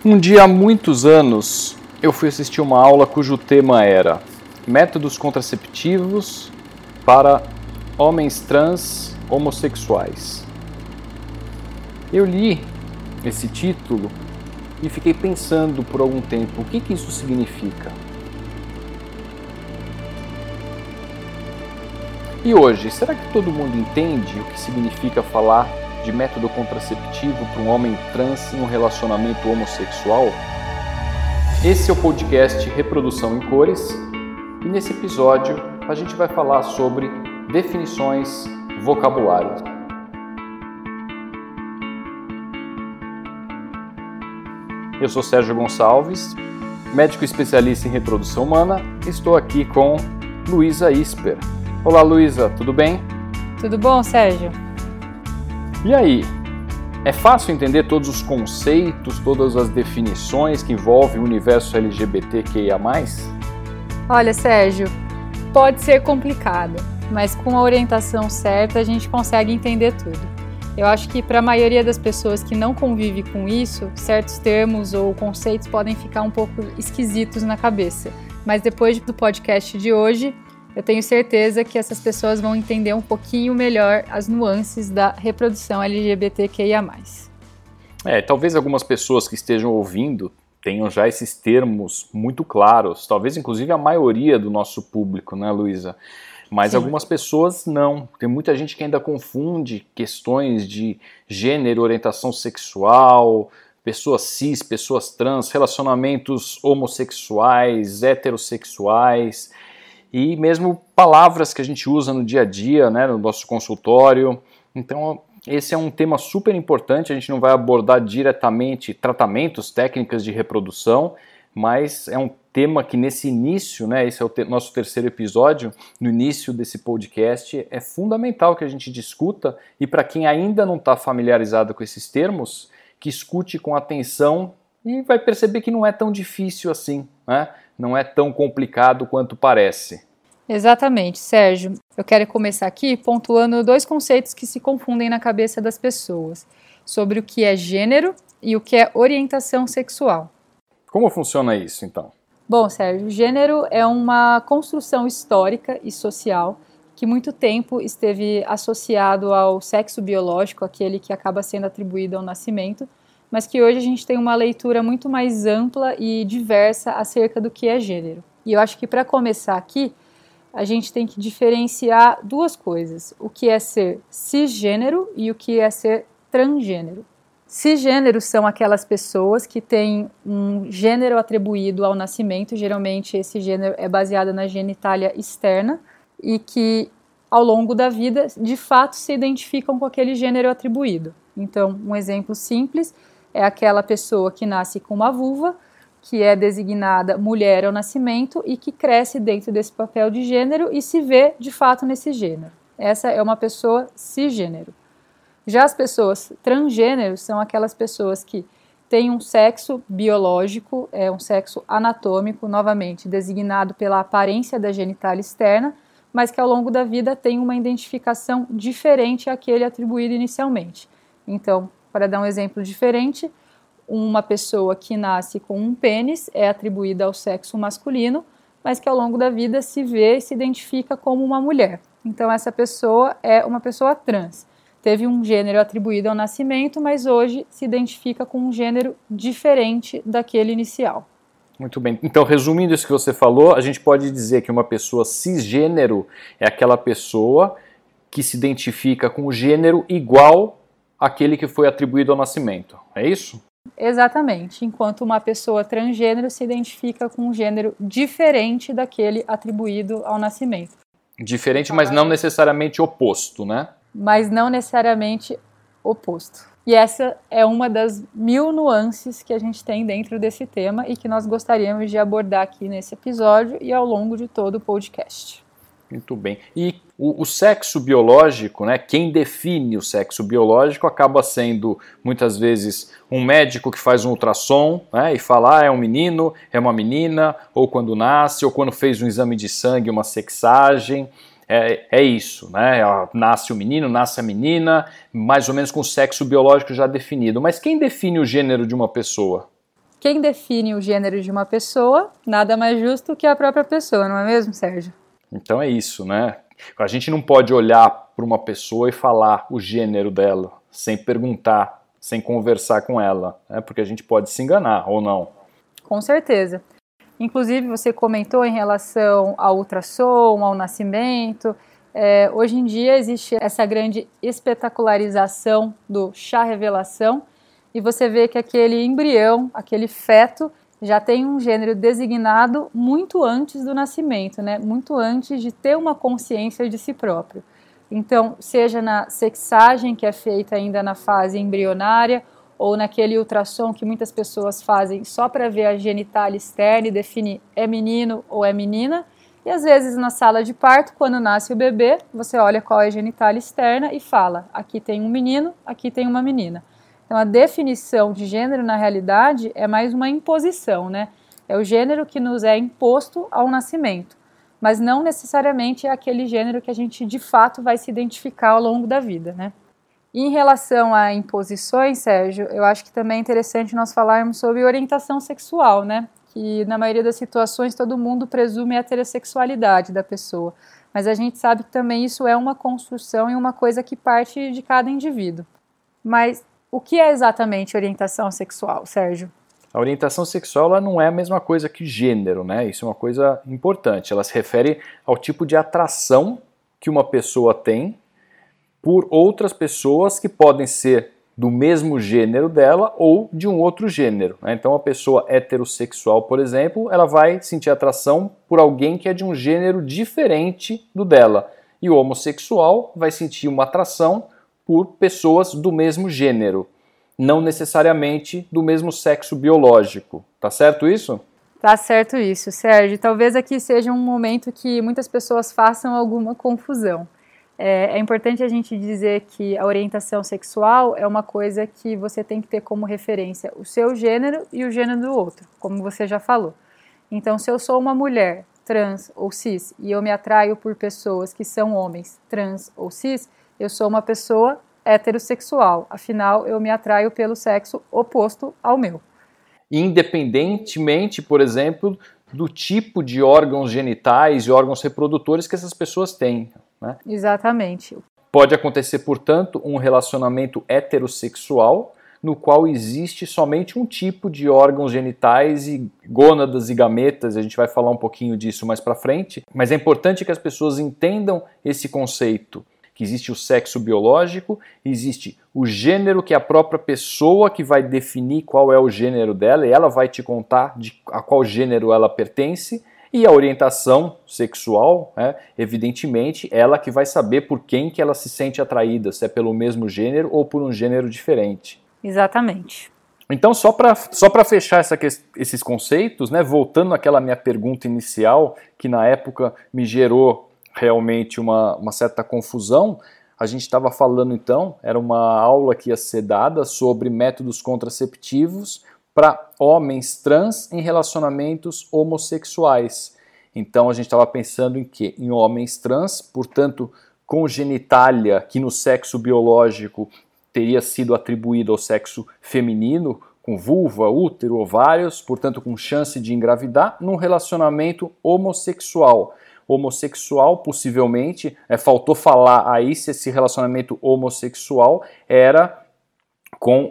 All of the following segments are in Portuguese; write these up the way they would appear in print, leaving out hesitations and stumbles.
Um dia há muitos anos, eu fui assistir uma aula cujo tema era Métodos Contraceptivos para Homens Trans Homossexuais. Eu li esse título e fiquei pensando por algum tempo, o que isso significa? E hoje, será que todo mundo entende o que significa falar de método contraceptivo para um homem trans em um relacionamento homossexual? Esse é o podcast Reprodução em Cores e nesse episódio a gente vai falar sobre definições, vocabulário. Eu sou Sérgio Gonçalves, médico especialista em reprodução humana, e estou aqui com Luísa Isper. Olá, Luísa, tudo bem? Tudo bom, Sérgio? E aí, é fácil entender todos os conceitos, todas as definições que envolvem o universo LGBTQIA+. Olha, Sérgio, pode ser complicado, mas com a orientação certa a gente consegue entender tudo. Eu acho que para a maioria das pessoas que não convive com isso, certos termos ou conceitos podem ficar um pouco esquisitos na cabeça. Mas depois do podcast de hoje, eu tenho certeza que essas pessoas vão entender um pouquinho melhor as nuances da reprodução LGBTQIA+. Talvez algumas pessoas que estejam ouvindo tenham já esses termos muito claros, talvez inclusive a maioria do nosso público, né, Luísa? Mas sim, algumas pessoas não. Tem muita gente que ainda confunde questões de gênero, orientação sexual, pessoas cis, pessoas trans, relacionamentos homossexuais, heterossexuais, e mesmo palavras que a gente usa no dia a dia, né, no nosso consultório. Então, esse é um tema super importante. A gente não vai abordar diretamente tratamentos, técnicas de reprodução, mas é um tema que nesse início, né, esse é o nosso terceiro episódio, no início desse podcast, é fundamental que a gente discuta, e para quem ainda não está familiarizado com esses termos, que escute com atenção e vai perceber que não é tão difícil assim, né? Não é tão complicado quanto parece. Exatamente, Sérgio. Eu quero começar aqui pontuando dois conceitos que se confundem na cabeça das pessoas, sobre o que é gênero e o que é orientação sexual. Como funciona isso, então? Bom, Sérgio, gênero é uma construção histórica e social que muito tempo esteve associado ao sexo biológico, aquele que acaba sendo atribuído ao nascimento, mas que hoje a gente tem uma leitura muito mais ampla e diversa acerca do que é gênero. E eu acho que para começar aqui, a gente tem que diferenciar duas coisas, o que é ser cisgênero e o que é ser transgênero. Cisgêneros são aquelas pessoas que têm um gênero atribuído ao nascimento, geralmente esse gênero é baseado na genitália externa, e que ao longo da vida, de fato, se identificam com aquele gênero atribuído. Então, um exemplo simples é aquela pessoa que nasce com uma vulva, que é designada mulher ao nascimento e que cresce dentro desse papel de gênero e se vê de fato nesse gênero. Essa é uma pessoa cisgênero. Já as pessoas transgêneros são aquelas pessoas que têm um sexo biológico, um sexo anatômico, novamente designado pela aparência da genitália externa, mas que ao longo da vida tem uma identificação diferente àquele atribuído inicialmente. Então, para dar um exemplo diferente, uma pessoa que nasce com um pênis é atribuída ao sexo masculino, mas que ao longo da vida se vê e se identifica como uma mulher. Então essa pessoa é uma pessoa trans. Teve um gênero atribuído ao nascimento, mas hoje se identifica com um gênero diferente daquele inicial. Muito bem. Então, resumindo isso que você falou, a gente pode dizer que uma pessoa cisgênero é aquela pessoa que se identifica com o gênero igual àquele que foi atribuído ao nascimento. É isso? Exatamente. Enquanto uma pessoa transgênero se identifica com um gênero diferente daquele atribuído ao nascimento. Diferente, mas não necessariamente oposto, né? Mas não necessariamente oposto. E essa é uma das 1000 nuances que a gente tem dentro desse tema e que nós gostaríamos de abordar aqui nesse episódio e ao longo de todo o podcast. Muito bem. E o sexo biológico, né? Quem define o sexo biológico acaba sendo, muitas vezes, um médico que faz um ultrassom, né, e fala, é um menino, é uma menina, ou quando nasce, ou quando fez um exame de sangue, uma sexagem. É isso, né? Nasce o menino, nasce a menina, mais ou menos com o sexo biológico já definido. Mas quem define o gênero de uma pessoa? quem define o gênero de uma pessoa, nada mais justo que a própria pessoa, não é mesmo, Sérgio? Então é isso, né? A gente não pode olhar para uma pessoa e falar o gênero dela, sem perguntar, sem conversar com ela, né? Porque a gente pode se enganar, ou não? Com certeza. Inclusive, você comentou em relação ao ultrassom, ao nascimento. Hoje em dia existe essa grande espetacularização do chá revelação, e você vê que aquele embrião, aquele feto, já tem um gênero designado muito antes do nascimento, né? Muito antes de ter uma consciência de si próprio. Então, seja na sexagem, que é feita ainda na fase embrionária, ou naquele ultrassom que muitas pessoas fazem só para ver a genitália externa e definir é menino ou é menina, e às vezes na sala de parto, quando nasce o bebê, você olha qual é a genitália externa e fala, aqui tem um menino, aqui tem uma menina. Então, a definição de gênero, na realidade, é mais uma imposição, né? É o gênero que nos é imposto ao nascimento, mas não necessariamente é aquele gênero que a gente, de fato, vai se identificar ao longo da vida, né? E em relação a imposições, Sérgio, eu acho que também é interessante nós falarmos sobre orientação sexual, né? Que, na maioria das situações, todo mundo presume a heterossexualidade da pessoa, mas a gente sabe que também isso é uma construção e uma coisa que parte de cada indivíduo. Mas o que é exatamente orientação sexual, Sérgio? A orientação sexual ela não é a mesma coisa que gênero, né? Isso é uma coisa importante. Ela se refere ao tipo de atração que uma pessoa tem por outras pessoas que podem ser do mesmo gênero dela ou de um outro gênero, né? Então, a pessoa heterossexual, por exemplo, ela vai sentir atração por alguém que é de um gênero diferente do dela. E o homossexual vai sentir uma atração por pessoas do mesmo gênero, não necessariamente do mesmo sexo biológico. Tá certo isso? Tá certo isso, Sérgio. Talvez aqui seja um momento que muitas pessoas façam alguma confusão. É importante a gente dizer que a orientação sexual é uma coisa que você tem que ter como referência o seu gênero e o gênero do outro, como você já falou. Então, se eu sou uma mulher trans ou cis e eu me atraio por pessoas que são homens trans ou cis, eu sou uma pessoa heterossexual, afinal eu me atraio pelo sexo oposto ao meu. Independentemente, por exemplo, do tipo de órgãos genitais e órgãos reprodutores que essas pessoas têm, né? Exatamente. Pode acontecer, portanto, um relacionamento heterossexual no qual existe somente um tipo de órgãos genitais e gônadas e gametas, a gente vai falar um pouquinho disso mais para frente, mas é importante que as pessoas entendam esse conceito, que existe o sexo biológico, existe o gênero, que é a própria pessoa que vai definir qual é o gênero dela, e ela vai te contar a qual gênero ela pertence, e a orientação sexual, evidentemente, ela que vai saber por quem que ela se sente atraída, se é pelo mesmo gênero ou por um gênero diferente. Exatamente. Então, só para fechar esses conceitos, né, voltando àquela minha pergunta inicial, que na época me gerou realmente uma certa confusão, a gente estava falando então, era uma aula que ia ser dada sobre métodos contraceptivos para homens trans em relacionamentos homossexuais. Então a gente estava pensando em quê? Em homens trans, portanto, com genitália que no sexo biológico teria sido atribuída ao sexo feminino, com vulva, útero, ovários, portanto com chance de engravidar, num relacionamento homossexual. Homossexual, possivelmente, faltou falar aí se esse relacionamento homossexual era com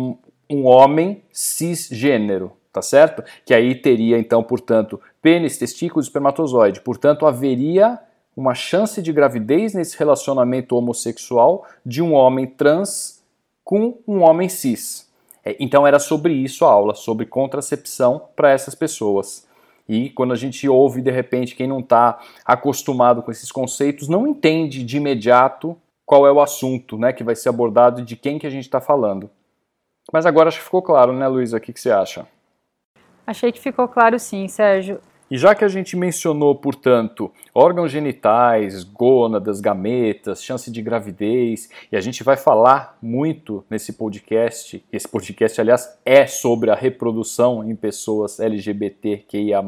um homem cisgênero, tá certo? Que aí teria, então, portanto, pênis, testículos e espermatozoide. Portanto, haveria uma chance de gravidez nesse relacionamento homossexual de um homem trans com um homem cis. Então, era sobre isso a aula, sobre contracepção para essas pessoas. E quando a gente ouve, de repente, quem não está acostumado com esses conceitos, não entende de imediato qual é o assunto, né, que vai ser abordado e de quem que a gente está falando. Mas agora acho que ficou claro, né, Luísa? O que você acha? Achei que ficou claro sim, Sérgio. E já que a gente mencionou, portanto, órgãos genitais, gônadas, gametas, chance de gravidez, e a gente vai falar muito nesse podcast, esse podcast, aliás, é sobre a reprodução em pessoas LGBTQIA+,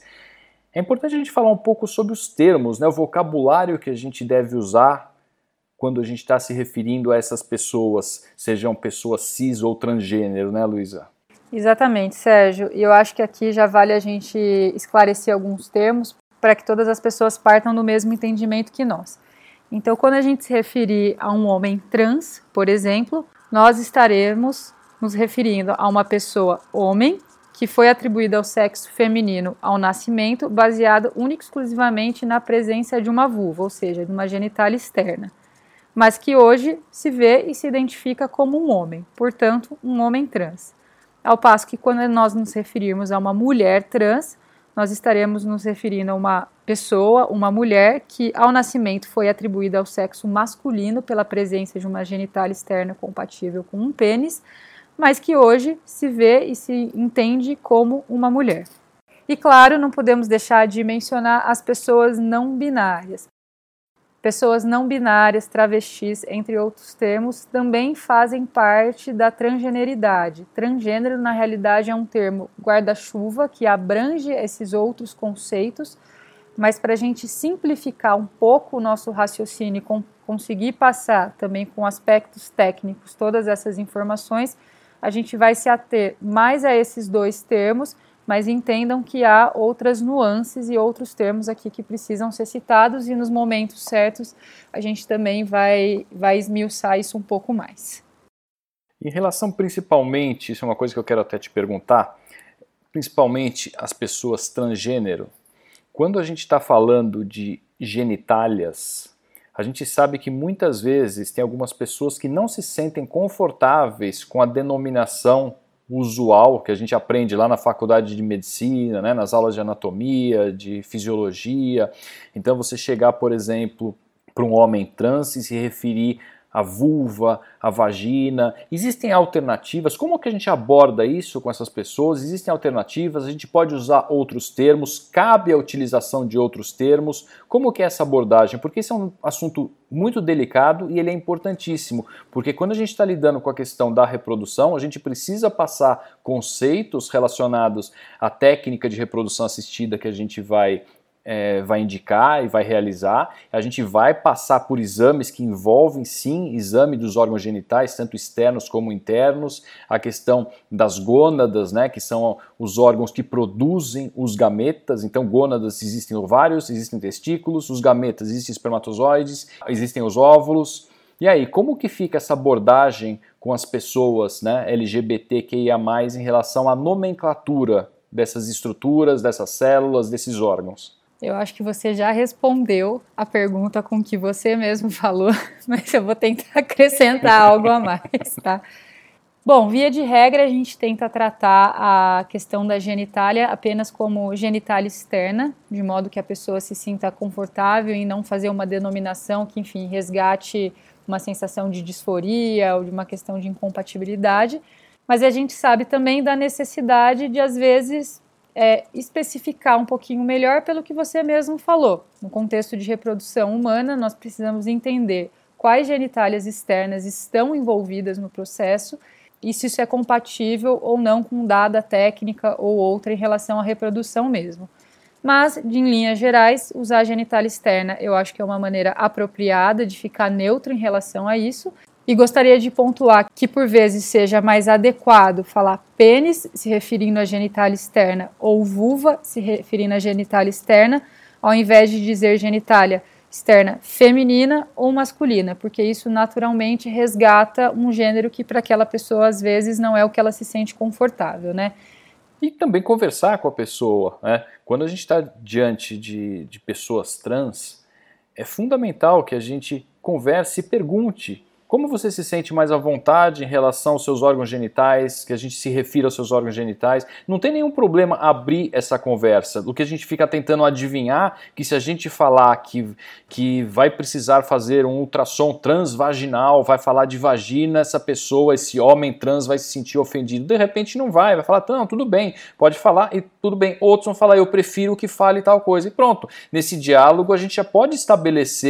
é importante a gente falar um pouco sobre os termos, né, o vocabulário que a gente deve usar quando a gente está se referindo a essas pessoas, sejam pessoas cis ou transgênero, né, Luísa? Exatamente, Sérgio. E eu acho que aqui já vale a gente esclarecer alguns termos para que todas as pessoas partam do mesmo entendimento que nós. Então, quando a gente se referir a um homem trans, por exemplo, nós estaremos nos referindo a uma pessoa homem que foi atribuída ao sexo feminino ao nascimento, baseado única e exclusivamente na presença de uma vulva, ou seja, de uma genitália externa, mas que hoje se vê e se identifica como um homem, portanto, um homem trans. Ao passo que quando nós nos referirmos a uma mulher trans, nós estaremos nos referindo a uma pessoa, uma mulher que ao nascimento foi atribuída ao sexo masculino pela presença de uma genitália externa compatível com um pênis, mas que hoje se vê e se entende como uma mulher. E claro, não podemos deixar de mencionar as pessoas não binárias. Pessoas não binárias, travestis, entre outros termos, também fazem parte da transgeneridade. Transgênero, na realidade, é um termo guarda-chuva que abrange esses outros conceitos, mas para a gente simplificar um pouco o nosso raciocínio e conseguir passar também com aspectos técnicos todas essas informações, a gente vai se ater mais a esses dois termos, mas entendam que há outras nuances e outros termos aqui que precisam ser citados e nos momentos certos a gente também vai esmiuçar isso um pouco mais. Em relação principalmente, isso é uma coisa que eu quero até te perguntar, principalmente as pessoas transgênero, quando a gente está falando de genitálias, a gente sabe que muitas vezes tem algumas pessoas que não se sentem confortáveis com a denominação usual que a gente aprende lá na faculdade de medicina, né, nas aulas de anatomia, de fisiologia. Então você chegar, por exemplo, para um homem trans e se referir à vulva, à vagina. Existem alternativas? Como que a gente aborda isso com essas pessoas? Existem alternativas? A gente pode usar outros termos? Cabe a utilização de outros termos? Como que é essa abordagem? Porque esse é um assunto muito delicado e ele é importantíssimo, porque quando a gente está lidando com a questão da reprodução, a gente precisa passar conceitos relacionados à técnica de reprodução assistida que a gente vai indicar e vai realizar. A gente vai passar por exames que envolvem, sim, exame dos órgãos genitais, tanto externos como internos, a questão das gônadas, né, que são os órgãos que produzem os gametas. Então, gônadas existem ovários, existem testículos, os gametas existem espermatozoides, existem os óvulos. E aí, como que fica essa abordagem com as pessoas, né, LGBTQIA+, em relação à nomenclatura dessas estruturas, dessas células, desses órgãos? Eu acho que você já respondeu a pergunta com que você mesmo falou, mas eu vou tentar acrescentar algo a mais, tá? Bom, via de regra, a gente tenta tratar a questão da genitália apenas como genitália externa, de modo que a pessoa se sinta confortável em não fazer uma denominação que, enfim, resgate uma sensação de disforia ou de uma questão de incompatibilidade, mas a gente sabe também da necessidade de, às vezes, especificar um pouquinho melhor pelo que você mesmo falou. No contexto de reprodução humana, nós precisamos entender quais genitálias externas estão envolvidas no processo e se isso é compatível ou não com dada técnica ou outra em relação à reprodução mesmo. Mas, em linhas gerais, usar a genitália externa eu acho que é uma maneira apropriada de ficar neutro em relação a isso. E gostaria de pontuar que, por vezes, seja mais adequado falar pênis, se referindo à genitália externa, ou vulva, se referindo à genitália externa, ao invés de dizer genitália externa feminina ou masculina, porque isso naturalmente resgata um gênero que para aquela pessoa, às vezes, não é o que ela se sente confortável, né? E também conversar com a pessoa, né? Quando a gente está diante de pessoas trans, é fundamental que a gente converse e pergunte como você se sente mais à vontade em relação aos seus órgãos genitais, que a gente se refira aos seus órgãos genitais. Não tem nenhum problema abrir essa conversa. O que a gente fica tentando adivinhar, que se a gente falar que vai precisar fazer um ultrassom transvaginal, vai falar de vagina, essa pessoa, esse homem trans vai se sentir ofendido. De repente não vai falar, não, tudo bem, pode falar e tudo bem. Outros vão falar, eu prefiro que fale tal coisa. E pronto, nesse diálogo a gente já pode estabelecer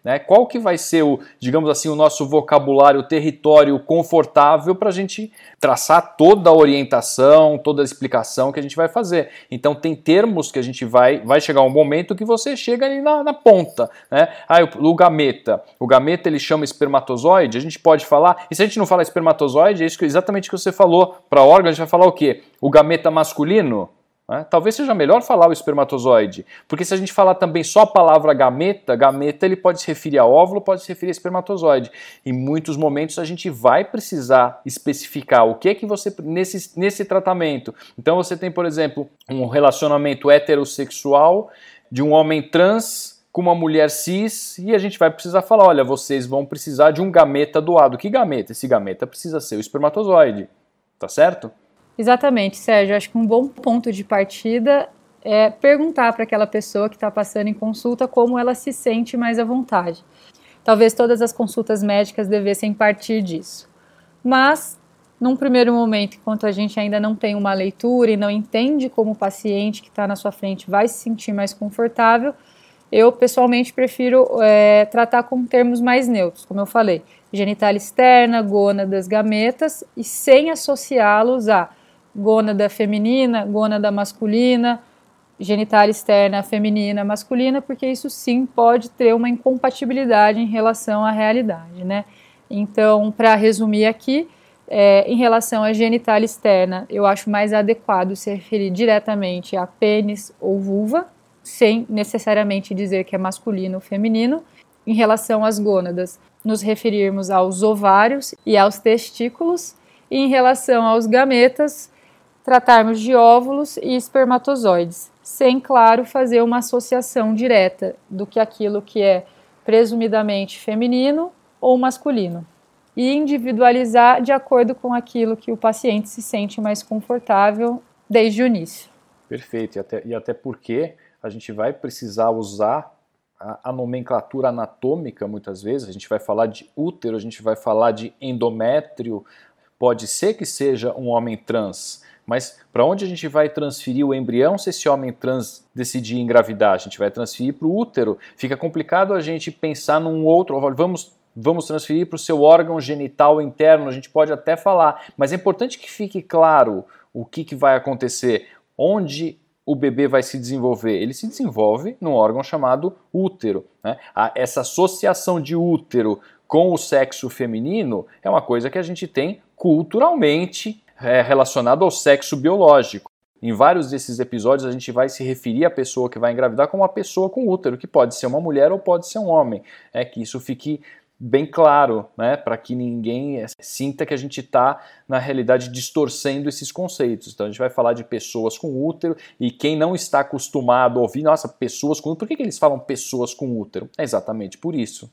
né? Qual que vai ser digamos assim, o nosso vocabulário, o território confortável para a gente traçar toda a orientação, toda a explicação que a gente vai fazer. Então tem termos que a gente vai chegar um momento que você chega ali na ponta, né? O gameta. O gameta ele chama espermatozoide, a gente pode falar, e se a gente não fala espermatozoide, é exatamente o que você falou, para órgão a gente vai falar o quê? O gameta masculino? Talvez seja melhor falar o espermatozoide, porque se a gente falar também só a palavra gameta, gameta ele pode se referir a óvulo, pode se referir a espermatozoide. Em muitos momentos a gente vai precisar especificar o que é que você, nesse tratamento. Então você tem, por exemplo, um relacionamento heterossexual de um homem trans com uma mulher cis, e a gente vai precisar falar, olha, vocês vão precisar de um gameta doado. Que gameta? Esse gameta precisa ser o espermatozoide, tá certo? Exatamente, Sérgio. Acho que um bom ponto de partida é perguntar para aquela pessoa que está passando em consulta como ela se sente mais à vontade. Talvez todas as consultas médicas devessem partir disso. Mas, num primeiro momento, enquanto a gente ainda não tem uma leitura e não entende como o paciente que está na sua frente vai se sentir mais confortável, eu pessoalmente prefiro tratar com termos mais neutros, como eu falei, genitália externa, gônadas, gametas, e sem associá-los a gônada feminina, gônada masculina, genitália externa feminina, masculina, porque isso sim pode ter uma incompatibilidade em relação à realidade, né? Então, para resumir aqui, em relação à genitália externa, eu acho mais adequado se referir diretamente a pênis ou vulva, sem necessariamente dizer que é masculino ou feminino. Em relação às gônadas, nos referirmos aos ovários e aos testículos, e em relação aos gametas, tratarmos de óvulos e espermatozoides, sem, claro, fazer uma associação direta do que aquilo que é presumidamente feminino ou masculino, e individualizar de acordo com aquilo que o paciente se sente mais confortável desde o início. Perfeito, e até porque a gente vai precisar usar a nomenclatura anatômica muitas vezes, a gente vai falar de útero, a gente vai falar de endométrio, pode ser que seja um homem trans, mas para onde a gente vai transferir o embrião se esse homem trans decidir engravidar? A gente vai transferir para o útero. Fica complicado a gente pensar num outro, vamos transferir para o seu órgão genital interno, a gente pode até falar, mas é importante que fique claro o que vai acontecer, onde o bebê vai se desenvolver. Ele se desenvolve num órgão chamado útero, né? Essa associação de útero com o sexo feminino é uma coisa que a gente tem culturalmente relacionado ao sexo biológico. Em vários desses episódios a gente vai se referir à pessoa que vai engravidar como uma pessoa com útero, que pode ser uma mulher ou pode ser um homem. Que isso fique bem claro, né, para que ninguém sinta que a gente está, na realidade, distorcendo esses conceitos. Então a gente vai falar de pessoas com útero, e quem não está acostumado a ouvir, nossa, pessoas com útero, por que eles falam pessoas com útero? É exatamente por isso.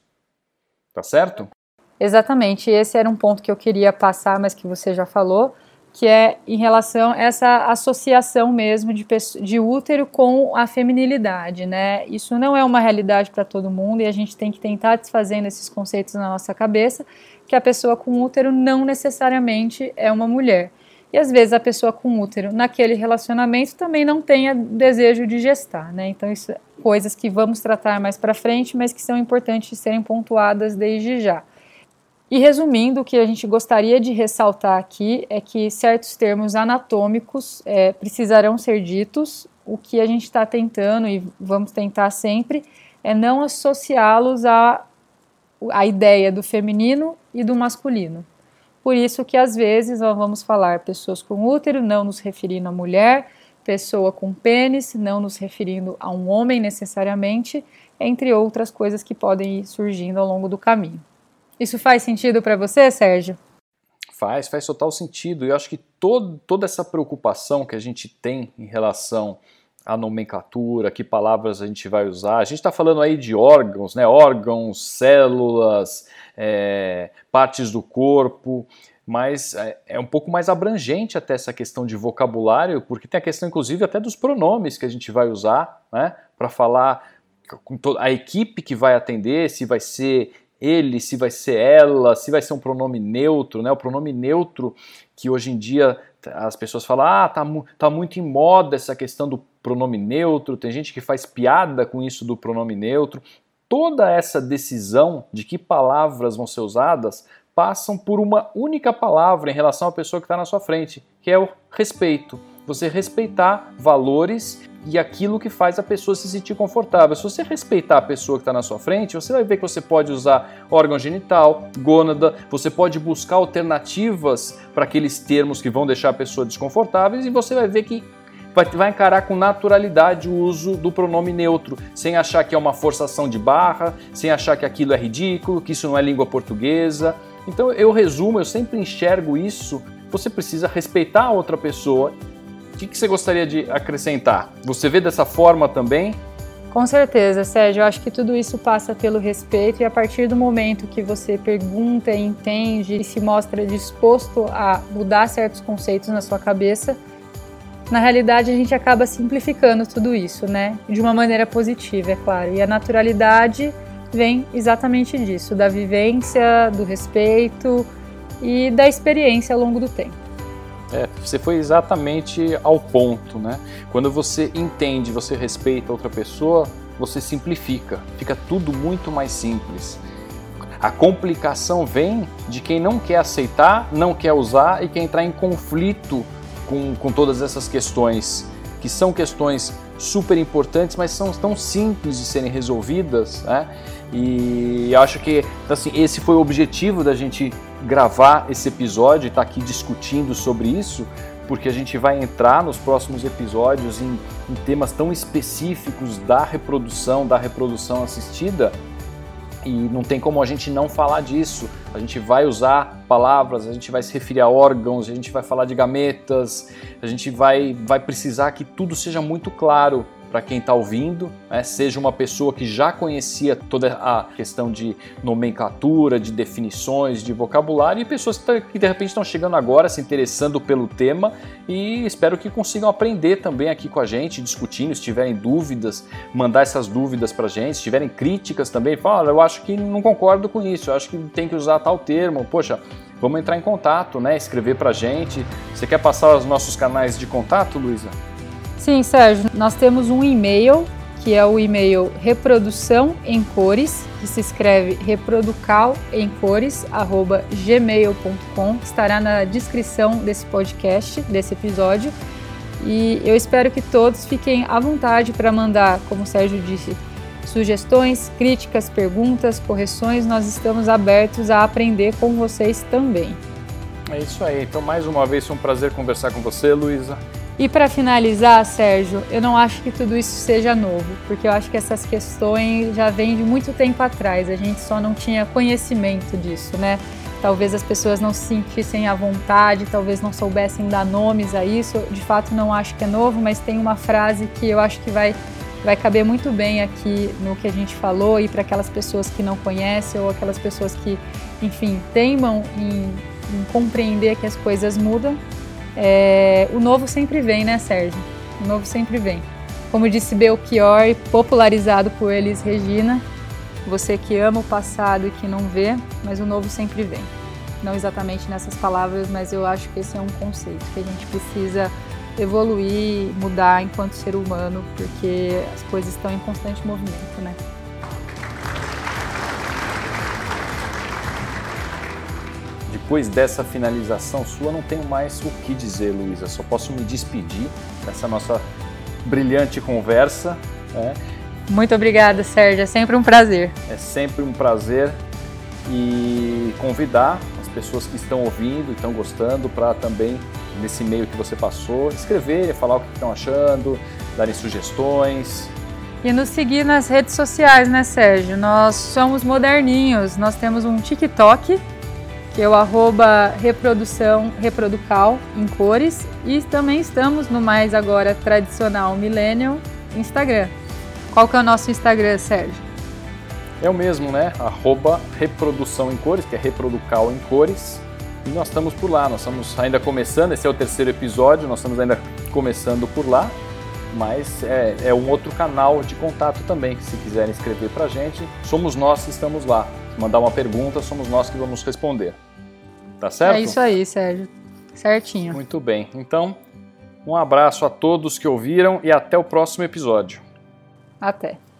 Tá certo? Exatamente, esse era um ponto que eu queria passar, mas que você já falou, que é em relação a essa associação mesmo de útero com a feminilidade, né? Isso não é uma realidade para todo mundo e a gente tem que tentar desfazendo esses conceitos na nossa cabeça, que a pessoa com útero não necessariamente é uma mulher. E às vezes a pessoa com útero naquele relacionamento também não tenha desejo de gestar, né? Então isso é coisas que vamos tratar mais para frente, mas que são importantes serem pontuadas desde já. E resumindo, o que a gente gostaria de ressaltar aqui é que certos termos anatômicos precisarão ser ditos. O que a gente está tentando, e vamos tentar sempre, é não associá-los à ideia do feminino e do masculino. Por isso que às vezes nós vamos falar pessoas com útero, não nos referindo a mulher, pessoa com pênis, não nos referindo a um homem necessariamente, entre outras coisas que podem ir surgindo ao longo do caminho. Isso faz sentido para você, Sérgio? Faz total sentido. Eu acho que toda essa preocupação que a gente tem em relação à nomenclatura, que palavras a gente vai usar, a gente está falando aí de órgãos, né? Órgãos, células, partes do corpo, mas é um pouco mais abrangente até essa questão de vocabulário, porque tem a questão inclusive até dos pronomes que a gente vai usar, né? Para falar com a equipe que vai atender, se vai ser ele, se vai ser ela, se vai ser um pronome neutro, né? O pronome neutro que hoje em dia as pessoas falam, tá muito em moda essa questão do pronome neutro, tem gente que faz piada com isso do pronome neutro. toda essa decisão de que palavras vão ser usadas passam por uma única palavra em relação à pessoa que está na sua frente, que é o respeito. Você respeitar valores e aquilo que faz a pessoa se sentir confortável. Se você respeitar a pessoa que está na sua frente, você vai ver que você pode usar órgão genital, gônada, você pode buscar alternativas para aqueles termos que vão deixar a pessoa desconfortável e você vai ver que vai encarar com naturalidade o uso do pronome neutro, sem achar que é uma forçação de barra, sem achar que aquilo é ridículo, que isso não é língua portuguesa. Então eu sempre enxergo isso, você precisa respeitar a outra pessoa. O que você gostaria de acrescentar? Você vê dessa forma também? Com certeza, Sérgio. Eu acho que tudo isso passa pelo respeito e a partir do momento que você pergunta, entende e se mostra disposto a mudar certos conceitos na sua cabeça, na realidade a gente acaba simplificando tudo isso, né? De uma maneira positiva, é claro. E a naturalidade vem exatamente disso, da vivência, do respeito e da experiência ao longo do tempo. Você foi exatamente ao ponto, né? Quando você entende, você respeita outra pessoa, você simplifica, fica tudo muito mais simples. A complicação vem de quem não quer aceitar, não quer usar e quer entrar em conflito com todas essas questões, que são questões super importantes, mas são tão simples de serem resolvidas, né? E acho que assim, esse foi o objetivo da gente gravar esse episódio e estar aqui discutindo sobre isso, porque a gente vai entrar nos próximos episódios em temas tão específicos da reprodução assistida, e não tem como a gente não falar disso. A gente vai usar palavras, a gente vai se referir a órgãos, a gente vai falar de gametas, a gente vai precisar que tudo seja muito claro para quem está ouvindo, né? Seja uma pessoa que já conhecia toda a questão de nomenclatura, de definições, de vocabulário, e pessoas que de repente estão chegando agora, se interessando pelo tema, e espero que consigam aprender também aqui com a gente, discutindo. Se tiverem dúvidas, mandar essas dúvidas para a gente. Se tiverem críticas também, fala, eu acho que não concordo com isso, eu acho que tem que usar tal termo. Poxa, vamos entrar em contato, né? Escrever para a gente. Você quer passar os nossos canais de contato, Luísa? Sim, Sérgio, nós temos um e-mail, que é o e-mail reprodução em cores, que se escreve reproducalencores@gmail.com, estará na descrição desse podcast, desse episódio, e eu espero que todos fiquem à vontade para mandar, como o Sérgio disse, sugestões, críticas, perguntas, correções. Nós estamos abertos a aprender com vocês também. É isso aí, então mais uma vez foi um prazer conversar com você, Luísa. E para finalizar, Sérgio, eu não acho que tudo isso seja novo, porque eu acho que essas questões já vêm de muito tempo atrás, a gente só não tinha conhecimento disso, né? Talvez as pessoas não se sentissem à vontade, talvez não soubessem dar nomes a isso. De fato, não acho que é novo, mas tem uma frase que eu acho que vai caber muito bem aqui no que a gente falou, e para aquelas pessoas que não conhecem ou aquelas pessoas que, enfim, teimam em compreender que as coisas mudam. O novo sempre vem, né, Sérgio? O novo sempre vem. Como disse Belchior, e popularizado por Elis Regina, você que ama o passado e que não vê, mas o novo sempre vem. Não exatamente nessas palavras, mas eu acho que esse é um conceito que a gente precisa evoluir, mudar enquanto ser humano, porque as coisas estão em constante movimento, né? Depois dessa finalização sua, não tenho mais o que dizer, Luísa. Só posso me despedir dessa nossa brilhante conversa, né? Muito obrigada, Sérgio. É sempre um prazer. É sempre um prazer, e convidar as pessoas que estão ouvindo e estão gostando para também, nesse e-mail que você passou, escrever, falar o que estão achando, darem sugestões. E nos seguir nas redes sociais, né, Sérgio? Nós somos moderninhos. Nós temos um TikTok, que é o @reproducal em cores, e também estamos no mais agora tradicional millennial Instagram. Qual que é o nosso Instagram, Sérgio? É o mesmo, né? @reprodução em cores, que é reproducal em cores, e nós estamos por lá. Nós estamos ainda começando, esse é o 3º episódio, nós estamos ainda começando por lá, mas é um outro canal de contato também. Se quiserem escrever pra gente, somos nós que estamos lá. Se mandar uma pergunta, somos nós que vamos responder. Tá certo? É isso aí, Sérgio. Certinho. Muito bem. Então, um abraço a todos que ouviram e até o próximo episódio. Até.